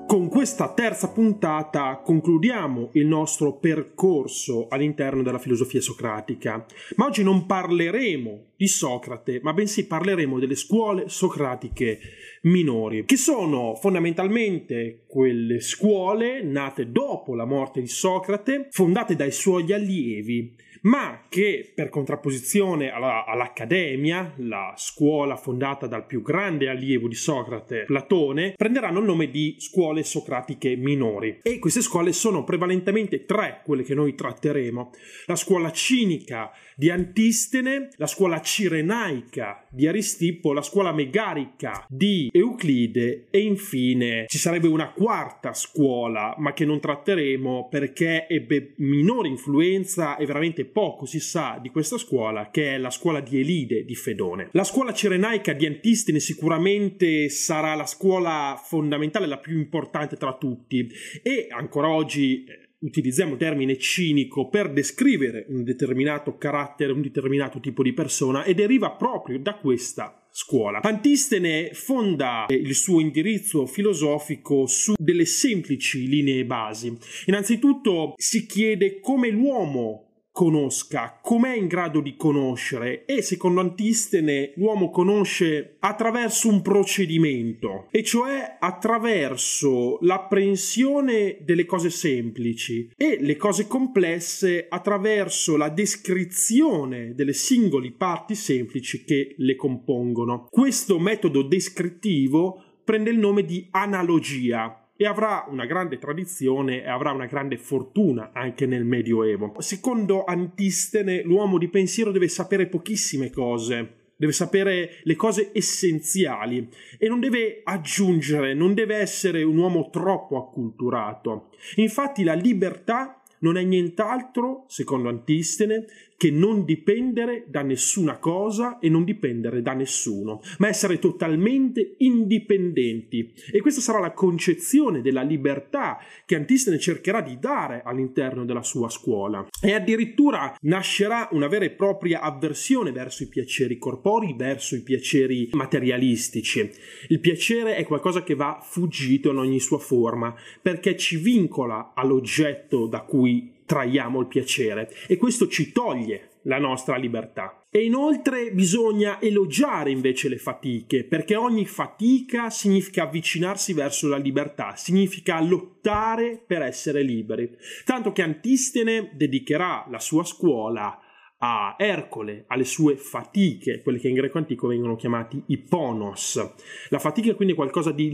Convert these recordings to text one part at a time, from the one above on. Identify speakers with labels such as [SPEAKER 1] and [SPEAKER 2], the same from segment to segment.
[SPEAKER 1] Con questa terza puntata concludiamo il nostro percorso all'interno della filosofia socratica, ma oggi non parleremo di Socrate, ma bensì parleremo delle scuole socratiche minori, che sono fondamentalmente quelle scuole nate dopo la morte di Socrate, fondate dai suoi allievi, ma che per contrapposizione all'Accademia, la scuola fondata dal più grande allievo di Socrate, Platone, prenderanno il nome di scuole socratiche minori. E queste scuole sono prevalentemente tre, quelle che noi tratteremo: la scuola cinica di Antistene, la scuola cirenaica di Aristippo, la scuola megarica di Euclide e infine ci sarebbe una quarta scuola, ma che non tratteremo perché ebbe minore influenza e veramente poco si sa di questa scuola, che è la scuola di Elide di Fedone. La scuola cirenaica di Antistene sicuramente sarà la scuola fondamentale, la più importante tra tutti, e ancora oggi utilizziamo il termine cinico per descrivere un determinato carattere, un determinato tipo di persona, e deriva proprio da questa scuola. Antistene fonda il suo indirizzo filosofico su delle semplici linee basi. Innanzitutto si chiede come l'uomo conosca, com'è in grado di conoscere, e secondo Antistene l'uomo conosce attraverso un procedimento, e cioè attraverso l'apprensione delle cose semplici, e le cose complesse attraverso la descrizione delle singole parti semplici che le compongono. Questo metodo descrittivo prende il nome di analogia e avrà una grande tradizione e avrà una grande fortuna anche nel Medioevo. Secondo Antistene, l'uomo di pensiero deve sapere pochissime cose, deve sapere le cose essenziali e non deve aggiungere, non deve essere un uomo troppo acculturato. Infatti la libertà non è nient'altro, secondo Antistene, che non dipendere da nessuna cosa e non dipendere da nessuno, ma essere totalmente indipendenti. E questa sarà la concezione della libertà che Antistene cercherà di dare all'interno della sua scuola. E addirittura nascerà una vera e propria avversione verso i piaceri corporei, verso i piaceri materialistici. Il piacere è qualcosa che va fuggito in ogni sua forma, perché ci vincola all'oggetto da cui traiamo il piacere, e questo ci toglie la nostra libertà. E inoltre bisogna elogiare invece le fatiche, perché ogni fatica significa avvicinarsi verso la libertà, significa lottare per essere liberi. Tanto che Antistene dedicherà la sua scuola a Ercole, alle sue fatiche, quelle che in greco antico vengono chiamati ipponos. La fatica è quindi qualcosa di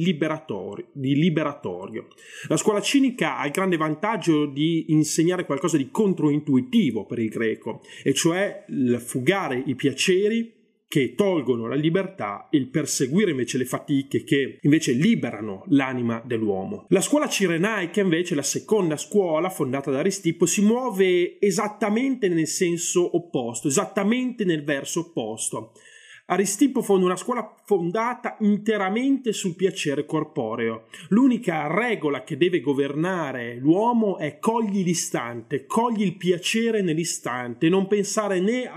[SPEAKER 1] liberatorio. La scuola cinica ha il grande vantaggio di insegnare qualcosa di controintuitivo per il greco, e cioè il fugare i piaceri che tolgono la libertà e il perseguire invece le fatiche che invece liberano l'anima dell'uomo. La scuola cirenaica invece, la seconda scuola fondata da Aristippo, si muove esattamente nel senso opposto, esattamente nel verso opposto. Aristippo fonda una scuola fondata interamente sul piacere corporeo. L'unica regola che deve governare l'uomo è cogli l'istante, cogli il piacere nell'istante, non pensare né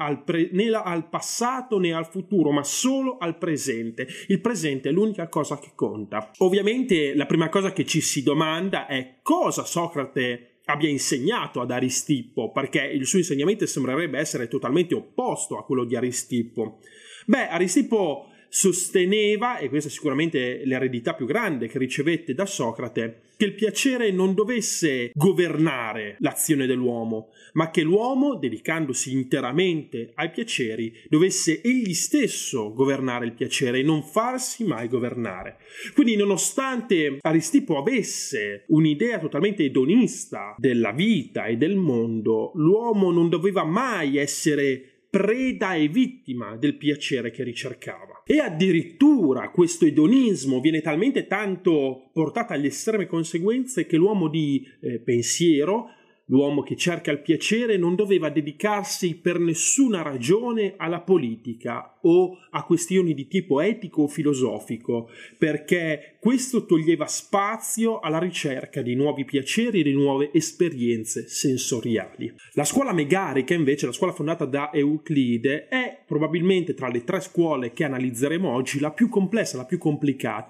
[SPEAKER 1] al passato né al futuro, ma solo al presente. Il presente è l'unica cosa che conta. Ovviamente la prima cosa che ci si domanda è cosa Socrate abbia insegnato ad Aristippo, perché il suo insegnamento sembrerebbe essere totalmente opposto a quello di Aristippo. Aristippo sosteneva, e questa è sicuramente l'eredità più grande che ricevette da Socrate, che il piacere non dovesse governare l'azione dell'uomo, ma che l'uomo, dedicandosi interamente ai piaceri, dovesse egli stesso governare il piacere e non farsi mai governare. Quindi, nonostante Aristippo avesse un'idea totalmente edonista della vita e del mondo, l'uomo non doveva mai essere preda e vittima del piacere che ricercava. E addirittura questo edonismo viene talmente tanto portato alle estreme conseguenze che l'uomo di pensiero, l'uomo che cerca il piacere, non doveva dedicarsi per nessuna ragione alla politica o a questioni di tipo etico o filosofico, perché questo toglieva spazio alla ricerca di nuovi piaceri e di nuove esperienze sensoriali. La scuola megarica, invece, la scuola fondata da Euclide, è probabilmente tra le tre scuole che analizzeremo oggi la più complessa, la più complicata.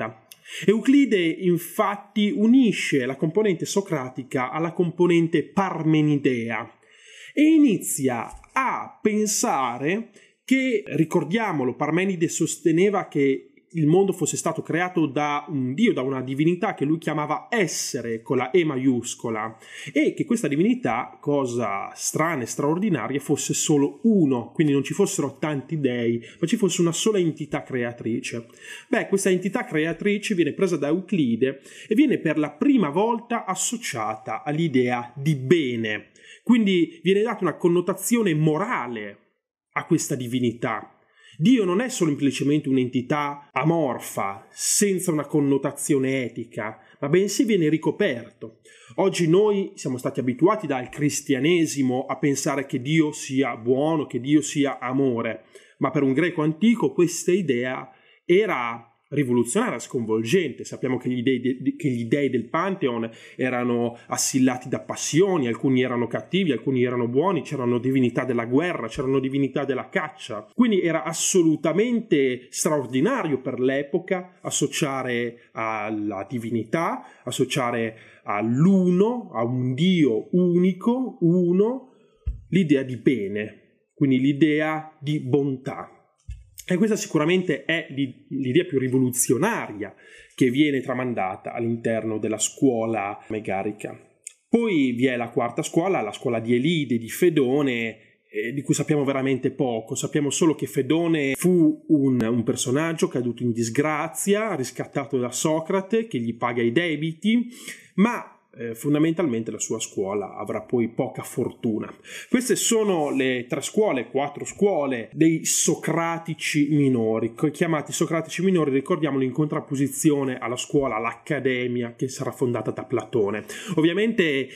[SPEAKER 1] Euclide infatti unisce la componente socratica alla componente parmenidea e inizia a pensare che, ricordiamolo, Parmenide sosteneva che il mondo fosse stato creato da un dio, da una divinità che lui chiamava essere con la E maiuscola, e che questa divinità, cosa strana e straordinaria, fosse solo uno, quindi non ci fossero tanti dei, ma ci fosse una sola entità creatrice. Questa entità creatrice viene presa da Euclide e viene per la prima volta associata all'idea di bene, quindi viene data una connotazione morale a questa divinità. Dio non è semplicemente un'entità amorfa, senza una connotazione etica, ma bensì viene ricoperto. Oggi noi siamo stati abituati dal cristianesimo a pensare che Dio sia buono, che Dio sia amore, ma per un greco antico questa idea era rivoluzionaria, sconvolgente. Sappiamo che gli dei del Pantheon erano assillati da passioni, alcuni erano cattivi, alcuni erano buoni, c'erano divinità della guerra, c'erano divinità della caccia. Quindi era assolutamente straordinario per l'epoca associare alla divinità, associare all'uno, a un Dio unico, uno, l'idea di bene, quindi l'idea di bontà. E questa sicuramente è l'idea più rivoluzionaria che viene tramandata all'interno della scuola megarica. Poi vi è la quarta scuola, la scuola di Elide, di Fedone, di cui sappiamo veramente poco. Sappiamo solo che Fedone fu un personaggio caduto in disgrazia, riscattato da Socrate, che gli paga i debiti, ma fondamentalmente la sua scuola avrà poi poca fortuna. Queste sono le quattro scuole dei socratici minori, chiamati socratici minori, ricordiamolo, in contrapposizione alla scuola, all'accademia, che sarà fondata da Platone. Ovviamente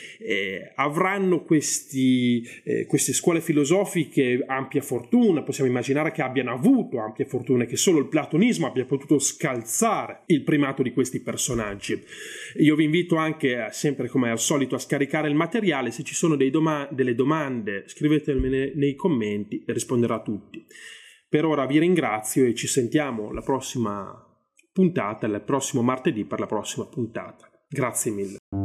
[SPEAKER 1] avranno queste scuole filosofiche ampia fortuna, possiamo immaginare che abbiano avuto ampia fortuna e che solo il platonismo abbia potuto scalzare il primato di questi personaggi. Io vi invito anche sempre come al solito a scaricare il materiale. Se ci sono delle domande scrivetemele nei commenti e risponderò a tutti. Per ora vi ringrazio e ci sentiamo alla prossima puntata, il prossimo martedì per la prossima puntata. Grazie mille.